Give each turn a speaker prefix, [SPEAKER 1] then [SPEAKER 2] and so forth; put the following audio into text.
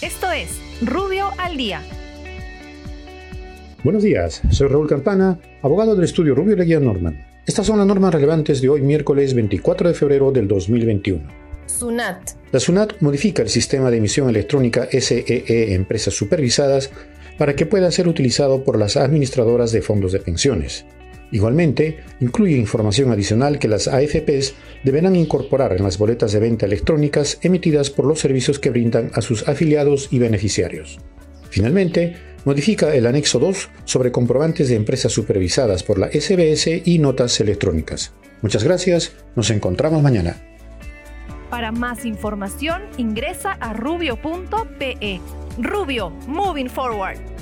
[SPEAKER 1] Esto es Rubio al Día.
[SPEAKER 2] Buenos días, soy Raúl Campana, abogado del estudio Rubio Leguía Norman. Estas son las normas relevantes de hoy, miércoles 24 de febrero del 2021.
[SPEAKER 1] SUNAT.
[SPEAKER 2] La SUNAT modifica el sistema de emisión electrónica SEE Empresas Supervisadas para que pueda ser utilizado por las administradoras de fondos de pensiones. Igualmente, incluye información adicional que las AFPs deberán incorporar en las boletas de venta electrónicas emitidas por los servicios que brindan a sus afiliados y beneficiarios. Finalmente, modifica el anexo 2 sobre comprobantes de empresas supervisadas por la SBS y notas electrónicas. Muchas gracias, nos encontramos mañana.
[SPEAKER 1] Para más información, ingresa a rubio.pe. Rubio, moving forward.